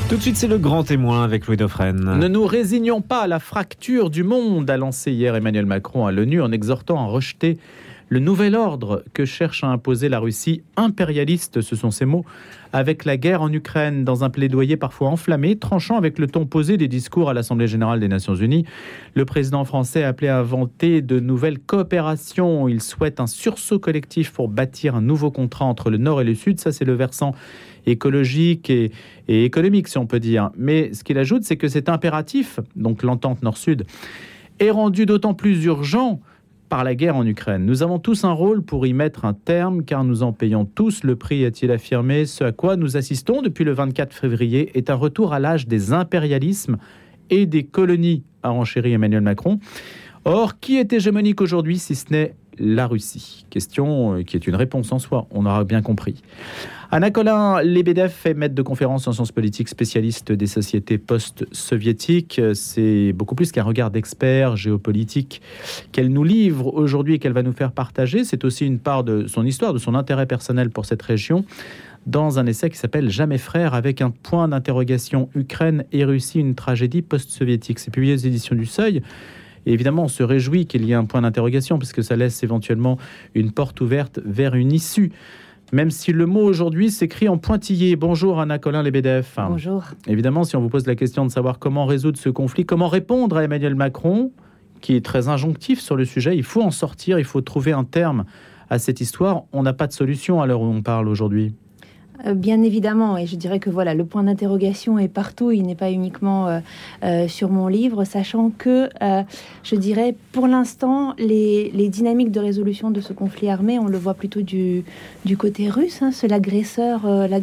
Tout de suite, c'est le grand témoin avec Louis Dauphren. Ne nous résignons pas à la fracture du monde, a lancé hier Emmanuel Macron à l'ONU en exhortant à rejeter le nouvel ordre que cherche à imposer la Russie impérialiste, ce sont ses mots, avec la guerre en Ukraine, dans un plaidoyer parfois enflammé, tranchant avec le ton posé des discours à l'Assemblée générale des Nations Unies. Le président français a appelé à inventer de nouvelles coopérations. Il souhaite un sursaut collectif pour bâtir un nouveau contrat entre le Nord et le Sud. Ça, c'est le versant écologique et économique, si on peut dire. Mais ce qu'il ajoute, c'est que cet impératif, donc l'entente Nord-Sud, est rendu d'autant plus urgent par la guerre en Ukraine. Nous avons tous un rôle pour y mettre un terme, car nous en payons tous le prix, a-t-il affirmé. Ce à quoi nous assistons depuis le 24 février est un retour à l'âge des impérialismes et des colonies, a renchéri Emmanuel Macron. Or, qui est hégémonique aujourd'hui si ce n'est la Russie? Question qui est une réponse en soi, on aura bien compris. Anna Colin-Lebedev est maître de conférences en sciences politiques, spécialiste des sociétés post-soviétiques. C'est beaucoup plus qu'un regard d'expert géopolitique qu'elle nous livre aujourd'hui et qu'elle va nous faire partager. C'est aussi une part de son histoire, de son intérêt personnel pour cette région, dans un essai qui s'appelle « Jamais frères » avec un point d'interrogation Ukraine et Russie, une tragédie post-soviétique. C'est publié aux éditions du Seuil. Et évidemment, on se réjouit qu'il y ait un point d'interrogation, puisque ça laisse éventuellement une porte ouverte vers une issue. Même si le mot aujourd'hui s'écrit en pointillé. Bonjour Anna Colin-Lebedev. Bonjour. Évidemment, si on vous pose la question de savoir comment résoudre ce conflit, comment répondre à Emmanuel Macron, qui est très injonctif sur le sujet, il faut en sortir, il faut trouver un terme à cette histoire. On n'a pas de solution à l'heure où on parle aujourd'hui. Bien évidemment, et je dirais que voilà, le point d'interrogation est partout, il n'est pas uniquement sur mon livre, sachant que, je dirais, pour l'instant, les dynamiques de résolution de ce conflit armé, on le voit plutôt du côté russe, c'est l'agresseur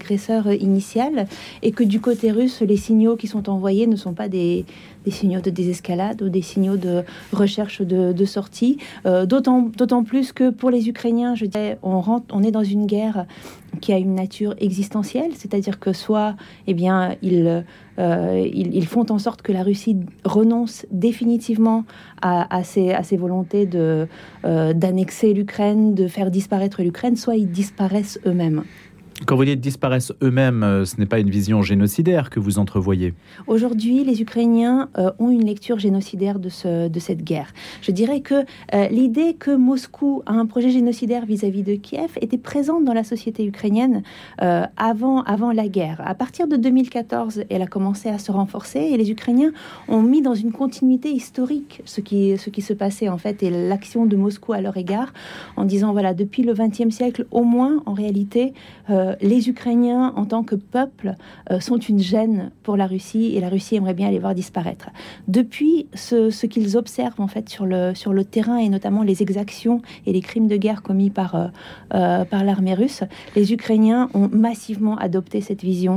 initial, et que du côté russe, les signaux qui sont envoyés ne sont pas des signaux de désescalade ou des signaux de recherche de sortie, d'autant plus que pour les Ukrainiens, je dirais, on est dans une guerre qui a une nature existentielle, c'est-à-dire que soit, ils font en sorte que la Russie renonce définitivement à ses volontés d'annexer l'Ukraine, de faire disparaître l'Ukraine, soit ils disparaissent eux-mêmes. Quand vous dites disparaissent eux-mêmes, ce n'est pas une vision génocidaire que vous entrevoyez. Aujourd'hui, les Ukrainiens ont une lecture génocidaire de cette guerre. Je dirais que l'idée que Moscou a un projet génocidaire vis-à-vis de Kiev était présente dans la société ukrainienne avant la guerre. À partir de 2014, elle a commencé à se renforcer et les Ukrainiens ont mis dans une continuité historique ce qui se passait en fait et l'action de Moscou à leur égard en disant voilà, depuis le XXe siècle au moins, en réalité, les Ukrainiens, en tant que peuple, sont une gêne pour la Russie et la Russie aimerait bien les voir disparaître. Depuis, ce qu'ils observent en fait sur le terrain et notamment les exactions et les crimes de guerre commis par l'armée russe, les Ukrainiens ont massivement adopté cette vision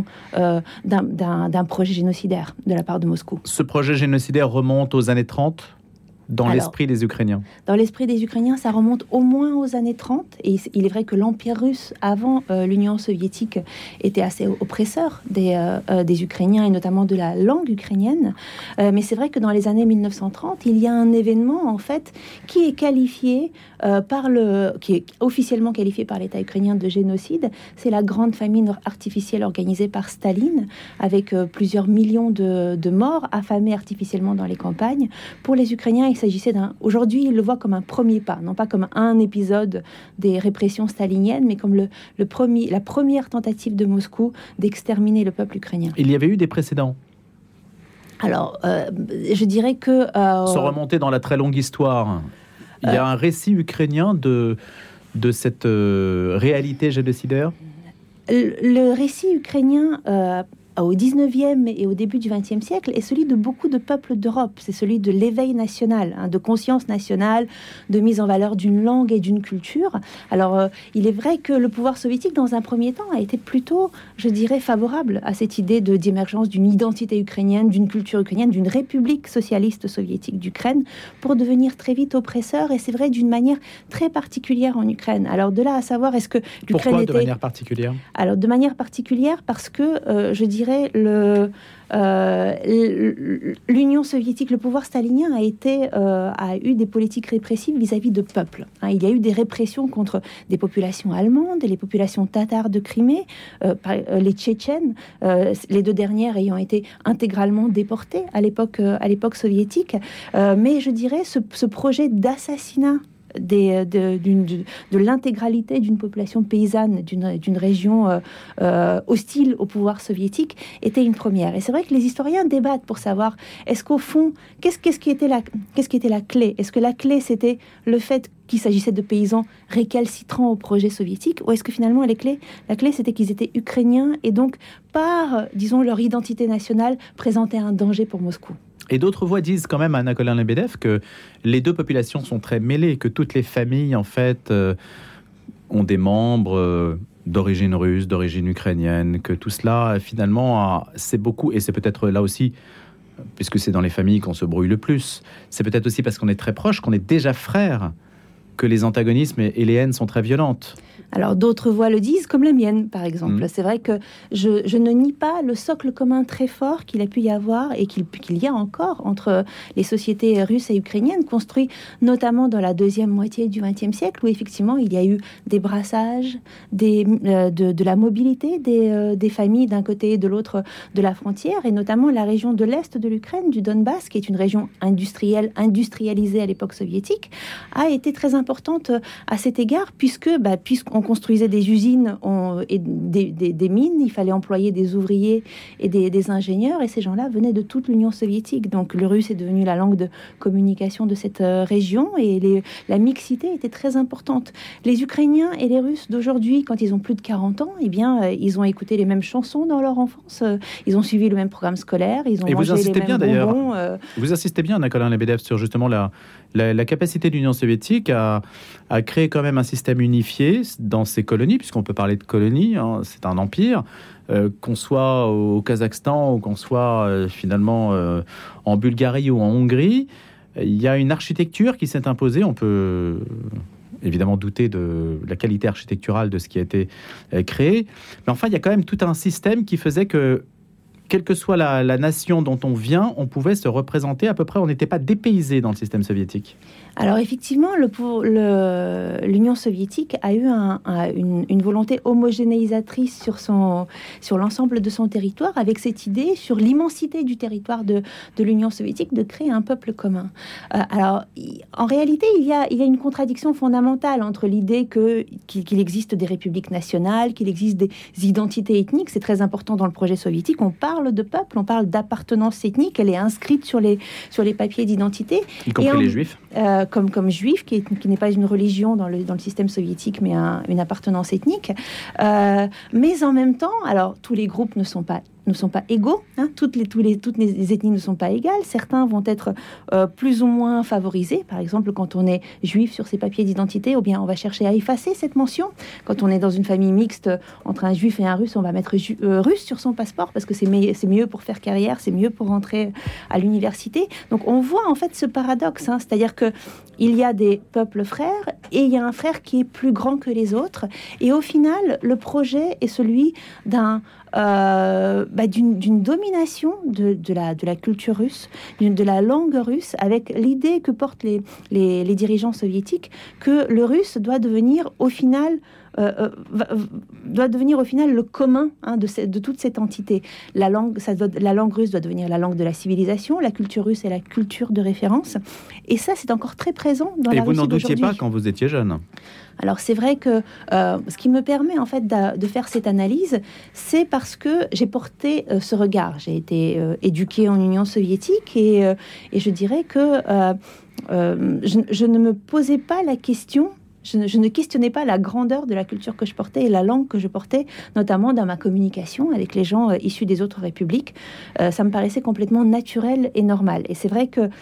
d'un projet génocidaire de la part de Moscou. Ce projet génocidaire remonte aux années 30 ? L'esprit des Ukrainiens. Dans l'esprit des Ukrainiens, ça remonte au moins aux années 30. Et il est vrai que l'Empire russe, avant l'Union soviétique, était assez oppresseur des Ukrainiens et notamment de la langue ukrainienne. Mais c'est vrai que dans les années 1930, il y a un événement, en fait, qui est qualifié qui est officiellement qualifié par l'État ukrainien de génocide. C'est la grande famine artificielle organisée par Staline, avec plusieurs millions de morts affamés artificiellement dans les campagnes. Pour les Ukrainiens, il s'agissait aujourd'hui, ils le voient comme un premier pas, non pas comme un épisode des répressions staliniennes, mais comme la première tentative de Moscou d'exterminer le peuple ukrainien. Il y avait eu des précédents. Alors, je dirais que... Sans remonter dans la très longue histoire, il y a un récit ukrainien de cette réalité génocidaire. Le récit ukrainien... au 19e et au début du 20e siècle est celui de beaucoup de peuples d'Europe. C'est celui de l'éveil national, de conscience nationale, de mise en valeur d'une langue et d'une culture. Alors, il est vrai que le pouvoir soviétique, dans un premier temps, a été plutôt, je dirais, favorable à cette idée d'émergence d'une identité ukrainienne, d'une culture ukrainienne, d'une république socialiste soviétique d'Ukraine, pour devenir très vite oppresseur, et c'est vrai, d'une manière très particulière en Ukraine. Alors, de là à savoir, est-ce que l'Ukraine Pourquoi de manière particulière ? Alors, de manière particulière, parce que, je dirais, dirais, l'Union soviétique, le pouvoir stalinien a eu des politiques répressives vis-à-vis de peuples. Il y a eu des répressions contre des populations allemandes et les populations tatares de Crimée, les Tchétchènes, les deux dernières ayant été intégralement déportées à l'époque soviétique. Mais je dirais ce projet d'assassinat de l'intégralité d'une population paysanne d'une région hostile au pouvoir soviétique était une première. Et c'est vrai que les historiens débattent pour savoir, est-ce qu'au fond, qu'est-ce qui était la clé ? Est-ce que la clé, c'était le fait qu'il s'agissait de paysans récalcitrants au projet soviétique, ou est-ce que finalement la clé, c'était qu'ils étaient ukrainiens et donc, par, disons, leur identité nationale, présentaient un danger pour Moscou ? Et d'autres voix disent quand même à Nicolas Lebedev que les deux populations sont très mêlées, que toutes les familles, en fait, ont des membres d'origine russe, d'origine ukrainienne, que tout cela, finalement, c'est beaucoup, et c'est peut-être là aussi, puisque c'est dans les familles qu'on se brouille le plus, c'est peut-être aussi parce qu'on est très proches, qu'on est déjà frères, que les antagonismes et les haines sont très violentes. Alors d'autres voix le disent, comme la mienne par exemple. C'est vrai que je ne nie pas le socle commun très fort qu'il a pu y avoir et qu'il y a encore entre les sociétés russes et ukrainiennes, construites notamment dans la deuxième moitié du XXe siècle, où effectivement il y a eu des brassages, de la mobilité des familles d'un côté et de l'autre de la frontière, et notamment la région de l'Est de l'Ukraine, du Donbass, qui est une région industrialisée à l'époque soviétique, a été très importante à cet égard, puisqu'on construisait des usines et des mines, il fallait employer des ouvriers et des ingénieurs, et ces gens-là venaient de toute l'Union soviétique. Donc le russe est devenu la langue de communication de cette région, et la mixité était très importante. Les Ukrainiens et les Russes d'aujourd'hui, quand ils ont plus de 40 ans, eh bien, ils ont écouté les mêmes chansons dans leur enfance, ils ont suivi le même programme scolaire, ils ont mangé les mêmes bonbons. Vous insistez bien, Nicolas Lebedev, sur justement la capacité de l'Union soviétique à créer quand même un système unifié dans ces colonies, puisqu'on peut parler de colonies, c'est un empire, qu'on soit au Kazakhstan ou qu'on soit finalement en Bulgarie ou en Hongrie. Il y a une architecture qui s'est imposée. On peut évidemment douter de la qualité architecturale de ce qui a été créé, mais enfin il y a quand même tout un système qui faisait que, quelle que soit la nation dont on vient, on pouvait se représenter à peu près, on n'était pas dépaysé dans le système soviétique. Alors effectivement, l'Union soviétique a eu une volonté homogénéisatrice sur l'ensemble de son territoire, avec cette idée sur l'immensité du territoire de l'Union soviétique de créer un peuple commun. Alors en réalité, il y a une contradiction fondamentale entre l'idée qu'il existe des républiques nationales, qu'il existe des identités ethniques. C'est très important dans le projet soviétique. On parle de peuple, on parle d'appartenance ethnique. Elle est inscrite sur les papiers d'identité. Y compris les juifs. Comme juif, qui n'est pas une religion dans le système soviétique, mais une appartenance ethnique. Mais en même temps, alors tous les groupes ne sont pas égaux, toutes les ethnies ne sont pas égales. Certains vont être plus ou moins favorisés. Par exemple, quand on est juif sur ses papiers d'identité, ou bien on va chercher à effacer cette mention. Quand on est dans une famille mixte entre un juif et un russe, on va mettre russe sur son passeport parce que c'est mieux pour faire carrière, c'est mieux pour rentrer à l'université. Donc on voit en fait ce paradoxe, c'est-à-dire que il y a des peuples frères et il y a un frère qui est plus grand que les autres. Et au final, le projet est celui d'une domination de la culture russe, de la langue russe, avec l'idée que portent les dirigeants soviétiques que le russe doit devenir au final le commun de toute cette entité. La langue russe doit devenir la langue de la civilisation, la culture russe est la culture de référence. Et ça, c'est encore très présent dans la Russie d'aujourd'hui. Et vous n'en doutiez pas quand vous étiez jeune ? Alors c'est vrai que ce qui me permet en fait de faire cette analyse, c'est parce que j'ai porté ce regard. J'ai été éduquée en Union soviétique et je dirais que je ne me posais pas la question. Je ne questionnais pas la grandeur de la culture que je portais et la langue que je portais, notamment dans ma communication avec les gens issus des autres républiques. Ça me paraissait complètement naturel et normal. Et c'est vrai que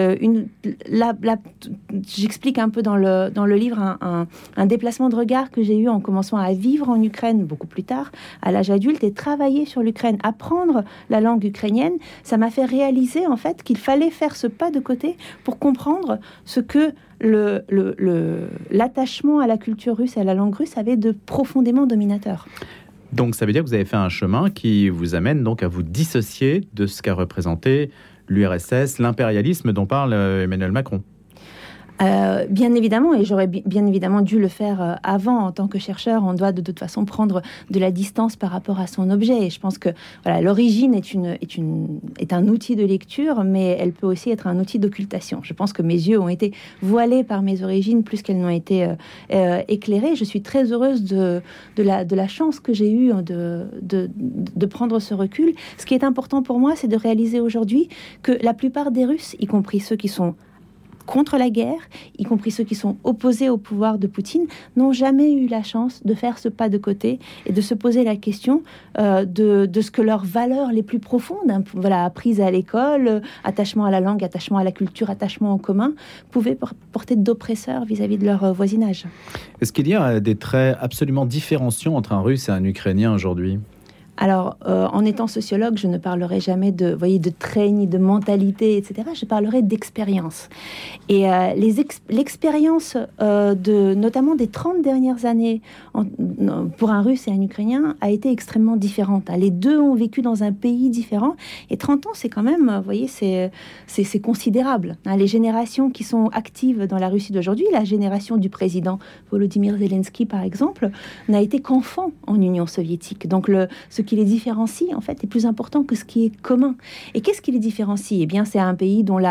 j'explique un peu dans le livre un déplacement de regard que j'ai eu en commençant à vivre en Ukraine beaucoup plus tard, à l'âge adulte, et travailler sur l'Ukraine, apprendre la langue ukrainienne. Ça m'a fait réaliser en fait qu'il fallait faire ce pas de côté pour comprendre ce que l'attachement à la culture russe et à la langue russe avait de profondément dominateur. Donc ça veut dire que vous avez fait un chemin qui vous amène donc à vous dissocier de ce qu'a représenté l'URSS, l'impérialisme dont parle Emmanuel Macron. Bien évidemment, et j'aurais bien évidemment dû le faire avant. En tant que chercheur, on doit de toute façon prendre de la distance par rapport à son objet. Et je pense que voilà, l'origine est un outil de lecture, mais elle peut aussi être un outil d'occultation. Je pense que mes yeux ont été voilés par mes origines plus qu'elles n'ont été éclairées. Je suis très heureuse de la chance que j'ai eue de prendre ce recul. Ce qui est important pour moi, c'est de réaliser aujourd'hui que la plupart des Russes, y compris ceux qui sont contre la guerre, y compris ceux qui sont opposés au pouvoir de Poutine, n'ont jamais eu la chance de faire ce pas de côté et de se poser la question de ce que leurs valeurs les plus profondes, apprises à l'école, attachement à la langue, attachement à la culture, attachement au commun, pouvaient porter d'oppresseurs vis-à-vis de leur voisinage. Est-ce qu'il y a des traits absolument différenciants entre un Russe et un Ukrainien aujourd'hui ? Alors, en étant sociologue, je ne parlerai jamais de traits ni de mentalité, etc. Je parlerai d'expérience. Et l'expérience notamment des 30 dernières années pour un Russe et un Ukrainien a été extrêmement différente. Les deux ont vécu dans un pays différent. Et 30 ans, c'est quand même, c'est considérable. Les générations qui sont actives dans la Russie d'aujourd'hui, la génération du président Volodymyr Zelensky, par exemple, n'a été qu'enfant en Union soviétique. Donc, ce qui les différencie, en fait, est plus important que ce qui est commun. Et qu'est-ce qui les différencie ? Eh bien, c'est un pays dont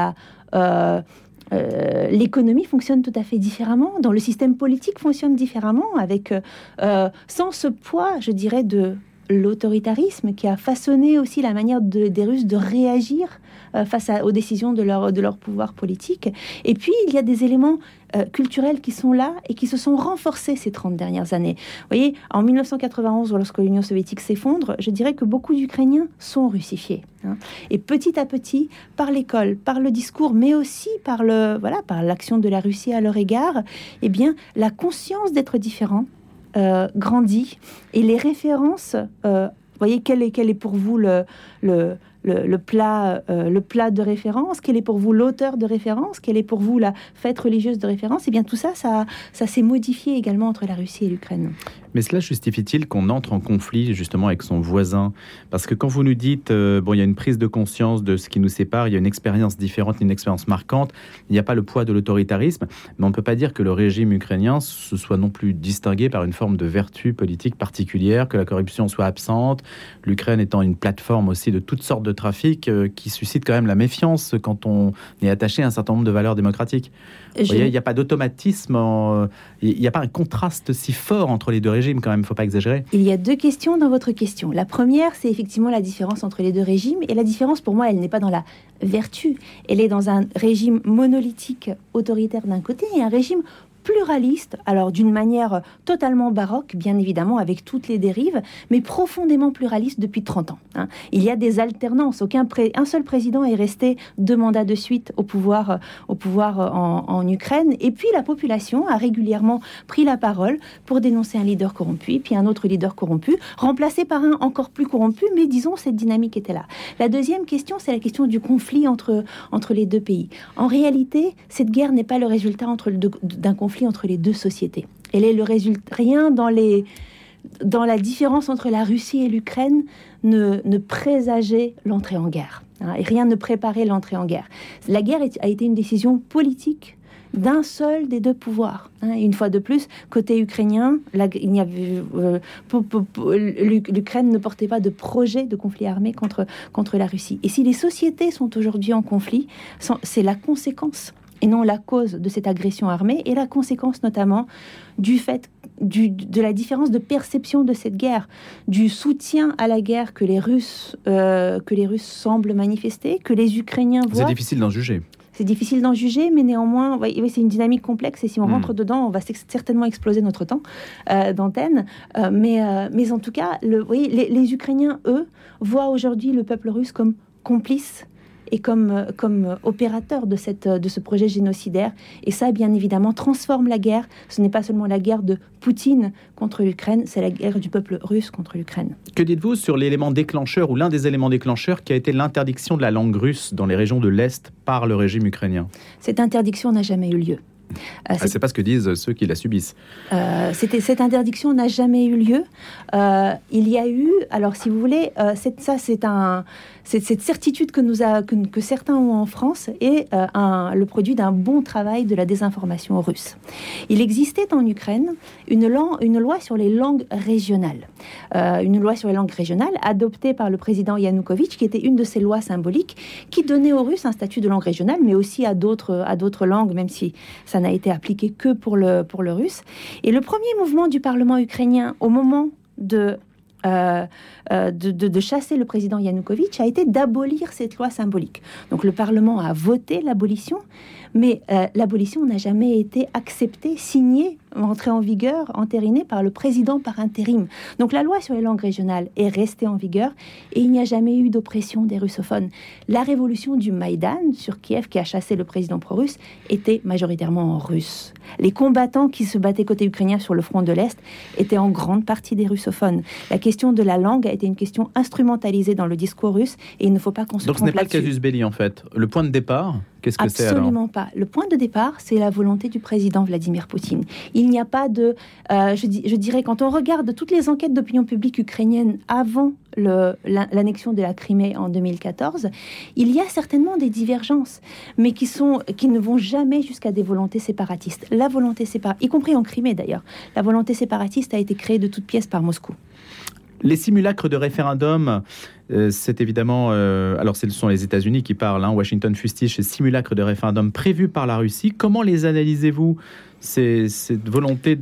l'économie fonctionne tout à fait différemment, dont le système politique fonctionne différemment, avec sans ce poids, je dirais, de l'autoritarisme qui a façonné aussi la manière des Russes de réagir face aux décisions de leur pouvoir politique. Et puis, il y a des éléments culturels qui sont là et qui se sont renforcés ces 30 dernières années. Vous voyez, en 1991, lorsque l'Union soviétique s'effondre, je dirais que beaucoup d'Ukrainiens sont russifiés. Et petit à petit, par l'école, par le discours, mais aussi par l'action de la Russie à leur égard, eh bien, la conscience d'être différent grandit, et les références, voyez, quel est pour vous le plat de référence, quel est pour vous l'auteur de référence, quelle est pour vous la fête religieuse de référence, et bien tout ça s'est modifié également entre la Russie et l'Ukraine. Mais cela justifie-t-il qu'on entre en conflit justement avec son voisin ? Parce que quand vous nous dites, il y a une prise de conscience de ce qui nous sépare, il y a une expérience différente, une expérience marquante, il n'y a pas le poids de l'autoritarisme, mais on ne peut pas dire que le régime ukrainien se soit non plus distingué par une forme de vertu politique particulière, que la corruption soit absente, l'Ukraine étant une plateforme aussi de toutes sortes de trafics qui suscite quand même la méfiance quand on est attaché à un certain nombre de valeurs démocratiques. Vous voyez, il n'y a pas d'automatisme, il n'y a pas un contraste si fort entre les deux régimes quand même, il ne faut pas exagérer. Il y a deux questions dans votre question. La première, c'est effectivement la différence entre les deux régimes, et la différence pour moi, elle n'est pas dans la vertu, elle est dans un régime monolithique autoritaire d'un côté et un régime pluraliste, alors d'une manière totalement baroque, bien évidemment, avec toutes les dérives, mais profondément pluraliste depuis 30 ans. Il y a des alternances. Un seul président est resté 2 mandats de suite au pouvoir en Ukraine. Et puis la population a régulièrement pris la parole pour dénoncer un leader corrompu, puis un autre leader corrompu, remplacé par un encore plus corrompu, mais disons, cette dynamique était là. La deuxième question, c'est la question du conflit entre les deux pays. En réalité, cette guerre n'est pas le résultat d'un conflit entre les deux sociétés. Elle est le résultat. Rien dans la différence entre la Russie et l'Ukraine ne présageait l'entrée en guerre. Et rien ne préparait l'entrée en guerre. La guerre a été une décision politique d'un seul des deux pouvoirs. Une fois de plus, côté ukrainien, l'Ukraine ne portait pas de projet de conflit armé contre la Russie. Et si les sociétés sont aujourd'hui en conflit, c'est la conséquence et non la cause de cette agression armée, et la conséquence notamment du fait de la différence de perception de cette guerre, du soutien à la guerre que les Russes semblent manifester, que les Ukrainiens voient. C'est difficile d'en juger. C'est difficile d'en juger, mais néanmoins, c'est une dynamique complexe, et si on rentre dedans, on va certainement exploser notre temps d'antenne. Mais en tout cas, les Ukrainiens, eux, voient aujourd'hui le peuple russe comme complice et comme opérateur de ce projet génocidaire. Et ça, bien évidemment, transforme la guerre. Ce n'est pas seulement la guerre de Poutine contre l'Ukraine, c'est la guerre du peuple russe contre l'Ukraine. Que dites-vous sur l'élément déclencheur, ou l'un des éléments déclencheurs, qui a été l'interdiction de la langue russe dans les régions de l'Est par le régime ukrainien ? Cette interdiction n'a jamais eu lieu. C'est pas ce que disent ceux qui la subissent. Cette interdiction n'a jamais eu lieu. Il y a eu, alors si vous voulez, cette certitude que certains ont en France est le produit d'un bon travail de la désinformation russe. Il existait en Ukraine une loi sur les langues régionales. Une loi sur les langues régionales adoptée par le président Yanukovych, qui était une de ces lois symboliques qui donnait aux Russes un statut de langue régionale, mais aussi à d'autres langues, même si ça n'a été appliqué que pour le russe. Et le premier mouvement du Parlement ukrainien au moment de chasser le président Yanukovych a été d'abolir cette loi symbolique. Donc le Parlement a voté l'abolition, mais l'abolition n'a jamais été acceptée, signée, entrée en vigueur, entérinée par le président par intérim. Donc la loi sur les langues régionales est restée en vigueur et il n'y a jamais eu d'oppression des russophones. La révolution du Maïdan sur Kiev, qui a chassé le président pro-russe, était majoritairement en russe. Les combattants qui se battaient côté ukrainien sur le front de l'Est étaient en grande partie des russophones. La question de la langue a été une question instrumentalisée dans le discours russe et il ne faut pas qu'on se trompe là-dessus. Donc ce n'est pas le casus belli en fait. Le point de départ, qu'est-ce que c'est alors ? Absolument pas. Le point de départ, c'est la volonté du président Vladimir Poutine. Il n'y a pas de... je dirais, quand on regarde toutes les enquêtes d'opinion publique ukrainienne avant l'annexion de la Crimée en 2014, il y a certainement des divergences, mais qui ne vont jamais jusqu'à des volontés séparatistes. La volonté séparatiste, y compris en Crimée d'ailleurs, la volonté séparatiste a été créée de toutes pièces par Moscou. Les simulacres de référendum, c'est évidemment... alors, ce sont les États-Unis qui parlent. Washington fustige ces simulacres de référendum prévus par la Russie. Comment les analysez-vous, cette volonté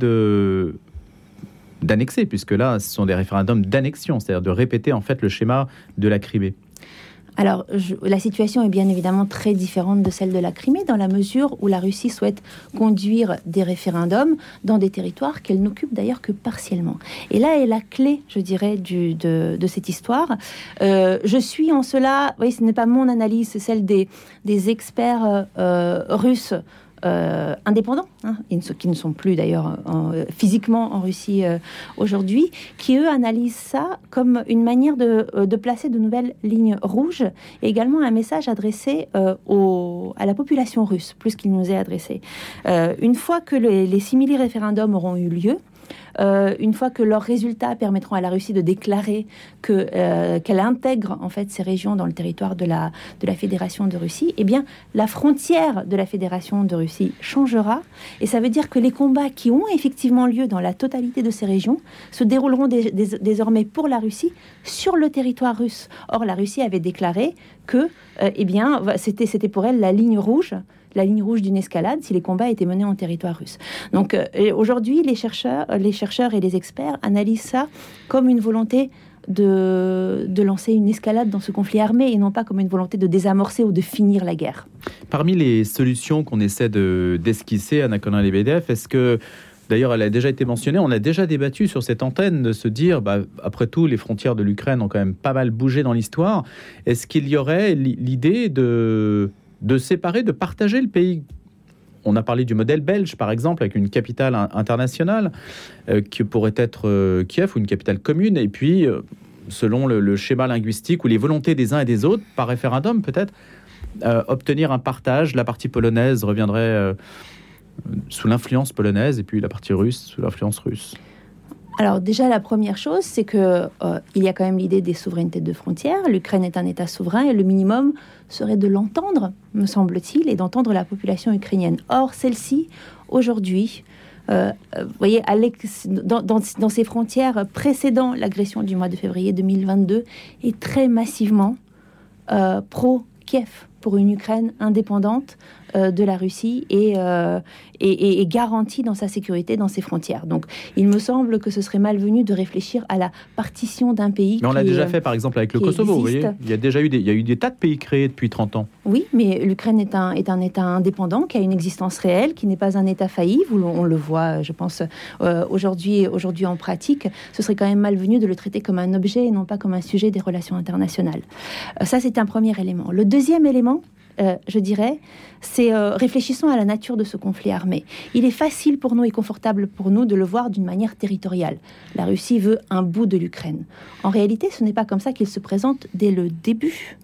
d'annexer, puisque là, ce sont des référendums d'annexion, c'est-à-dire de répéter en fait le schéma de la Crimée? Alors, la situation est bien évidemment très différente de celle de la Crimée, dans la mesure où la Russie souhaite conduire des référendums dans des territoires qu'elle n'occupe d'ailleurs que partiellement. Et là est la clé, je dirais, de cette histoire. Je suis en cela, oui, ce n'est pas mon analyse, c'est celle des experts russes indépendants, qui ne sont plus d'ailleurs physiquement en Russie aujourd'hui, qui eux analysent ça comme une manière de placer de nouvelles lignes rouges et également un message adressé à la population russe, plus qu'il nous est adressé. Une fois que les simili-référendums auront eu lieu, une fois que leurs résultats permettront à la Russie de déclarer qu'elle intègre en fait ces régions dans le territoire de la Fédération de Russie, eh bien la frontière de la Fédération de Russie changera et ça veut dire que les combats qui ont effectivement lieu dans la totalité de ces régions se dérouleront désormais pour la Russie sur le territoire russe. Or la Russie avait déclaré que c'était pour elle la ligne rouge d'une escalade si les combats étaient menés en territoire russe. Donc aujourd'hui, les chercheurs et les experts analysent ça comme une volonté de lancer une escalade dans ce conflit armé et non pas comme une volonté de désamorcer ou de finir la guerre. Parmi les solutions qu'on essaie d'esquisser, Anna Konin-Lebedev, est-ce que, d'ailleurs, elle a déjà été mentionnée, on a déjà débattu sur cette antenne de se dire, après tout, les frontières de l'Ukraine ont quand même pas mal bougé dans l'histoire. Est-ce qu'il y aurait l'idée de séparer, de partager le pays? On a parlé du modèle belge, par exemple, avec une capitale internationale qui pourrait être Kiev ou une capitale commune. Et puis, selon le schéma linguistique ou les volontés des uns et des autres, par référendum peut-être, obtenir un partage. La partie polonaise reviendrait sous l'influence polonaise et puis la partie russe sous l'influence russe. Alors déjà, la première chose, c'est que il y a quand même l'idée des souverainetés de frontières. L'Ukraine est un État souverain et le minimum serait de l'entendre, me semble-t-il, et d'entendre la population ukrainienne. Or, celle-ci, aujourd'hui, vous voyez, dans ses frontières précédant l'agression du mois de février 2022, est très massivement pro-Kiev, pour une Ukraine indépendante de la Russie et garantie dans sa sécurité, dans ses frontières. Donc, il me semble que ce serait malvenu de réfléchir à la partition d'un pays. Mais on l'a déjà fait, par exemple, avec le Kosovo, vous voyez. Il y a déjà eu des tas de pays créés depuis 30 ans. Oui, mais l'Ukraine est un État indépendant qui a une existence réelle, qui n'est pas un État failli. On le voit, je pense, aujourd'hui en pratique. Ce serait quand même malvenu de le traiter comme un objet et non pas comme un sujet des relations internationales. Ça, c'est un premier élément. Le deuxième élément, je dirais, c'est réfléchissons à la nature de ce conflit armé. Il est facile pour nous et confortable pour nous de le voir d'une manière territoriale. La Russie veut un bout de l'Ukraine. En réalité, ce n'est pas comme ça qu'il se présente dès le début.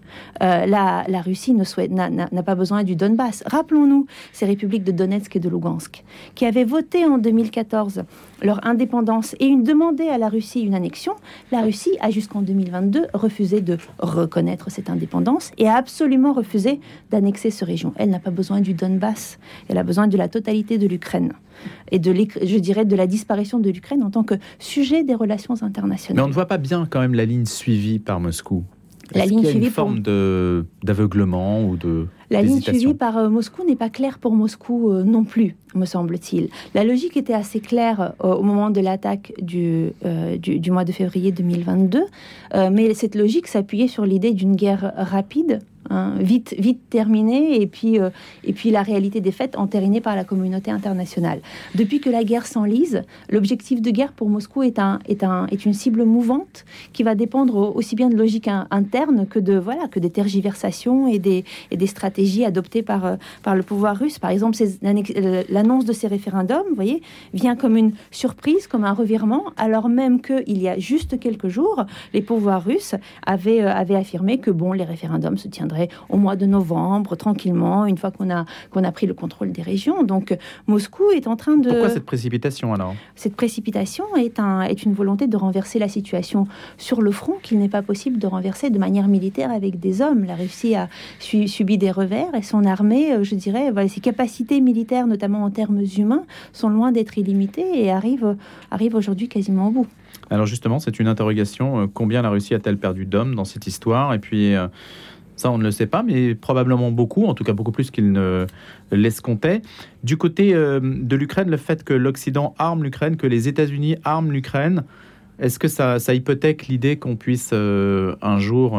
La Russie n'a pas besoin du Donbass. Rappelons-nous ces républiques de Donetsk et de Lugansk qui avaient voté en 2014 leur indépendance et demandé à la Russie une annexion. La Russie a jusqu'en 2022 refusé de reconnaître cette indépendance et a absolument refusé d'annexer cette région. Elle n'a pas besoin du Donbass, elle a besoin de la totalité de l'Ukraine et de la disparition de l'Ukraine en tant que sujet des relations internationales. Mais on ne voit pas bien quand même la ligne suivie par Moscou. Est-ce qu'il y a une forme d'aveuglement ou de La ligne suivie par Moscou n'est pas claire pour Moscou non plus, me semble-t-il. La logique était assez claire au moment de l'attaque du mois de février 2022, mais cette logique s'appuyait sur l'idée d'une guerre rapide, vite terminée, et puis la réalité des faits entérinée par la communauté internationale. Depuis que la guerre s'enlise, l'objectif de guerre pour Moscou est une cible mouvante qui va dépendre aussi bien de logique interne que des tergiversations et des stratégies adoptées par le pouvoir russe. Par exemple, l'annonce de ces référendums, vous voyez, vient comme une surprise, comme un revirement, alors même qu'il y a juste quelques jours, les pouvoirs russes avaient affirmé que les référendums se tiendraient au mois de novembre, tranquillement, une fois qu'on a pris le contrôle des régions. Donc, Moscou est en train de... Pourquoi cette précipitation, alors ? Cette précipitation est une volonté de renverser la situation sur le front qu'il n'est pas possible de renverser de manière militaire avec des hommes. La Russie a subi des revers et son armée, ses capacités militaires, notamment en termes humains, sont loin d'être illimitées et arrivent aujourd'hui quasiment au bout. Alors justement, c'est une interrogation. Combien la Russie a-t-elle perdu d'hommes dans cette histoire ? Et puis... ça, on ne le sait pas, mais probablement beaucoup, en tout cas beaucoup plus qu'il ne l'escomptait. Du côté de l'Ukraine, le fait que l'Occident arme l'Ukraine, que les États-Unis arment l'Ukraine, est-ce que ça hypothèque l'idée qu'on puisse un jour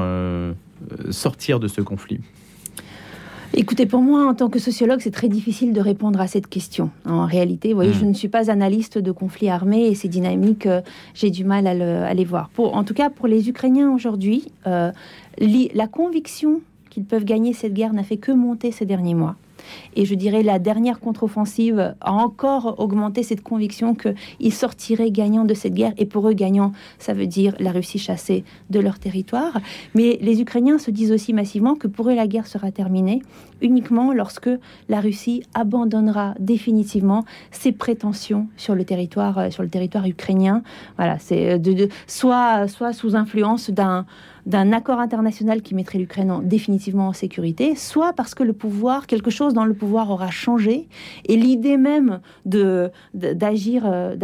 sortir de ce conflit ? Écoutez, pour moi, en tant que sociologue, c'est très difficile de répondre à cette question. En réalité, vous voyez, je ne suis pas analyste de conflits armés et ces dynamiques, j'ai du mal à les voir. En tout cas, pour les Ukrainiens aujourd'hui, la conviction qu'ils peuvent gagner cette guerre n'a fait que monter ces derniers mois. Et je dirais la dernière contre-offensive a encore augmenté cette conviction qu'ils sortiraient gagnants de cette guerre. Et pour eux, gagnant, ça veut dire la Russie chassée de leur territoire. Mais les Ukrainiens se disent aussi massivement que pour eux, la guerre sera terminée uniquement lorsque la Russie abandonnera définitivement ses prétentions sur le territoire ukrainien. Voilà, c'est soit sous influence d'un accord international qui mettrait l'Ukraine définitivement en sécurité, soit parce que quelque chose dans le pouvoir aura changé et l'idée même d'agir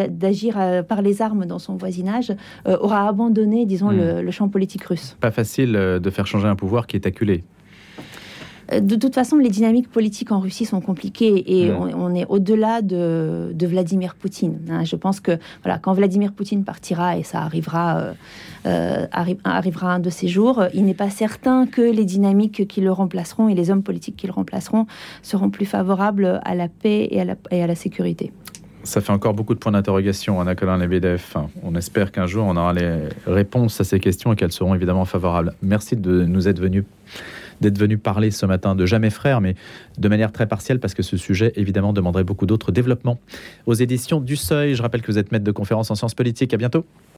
par les armes dans son voisinage aura abandonné, disons, le champ politique russe. Pas facile de faire changer un pouvoir qui est acculé. De toute façon, les dynamiques politiques en Russie sont compliquées et on est au-delà de Vladimir Poutine. Je pense que quand Vladimir Poutine partira, et ça arrivera un de ces jours, il n'est pas certain que les dynamiques qui le remplaceront et les hommes politiques qui le remplaceront seront plus favorables à la paix et à la sécurité. Ça fait encore beaucoup de points d'interrogation, Anna Colin-Lebedev. On espère qu'un jour, on aura les réponses à ces questions et qu'elles seront évidemment favorables. Merci d'être venu parler ce matin de Jamais Frères, mais de manière très partielle, parce que ce sujet, évidemment, demanderait beaucoup d'autres développements. Aux éditions du Seuil, je rappelle que vous êtes maître de conférences en sciences politiques. À bientôt.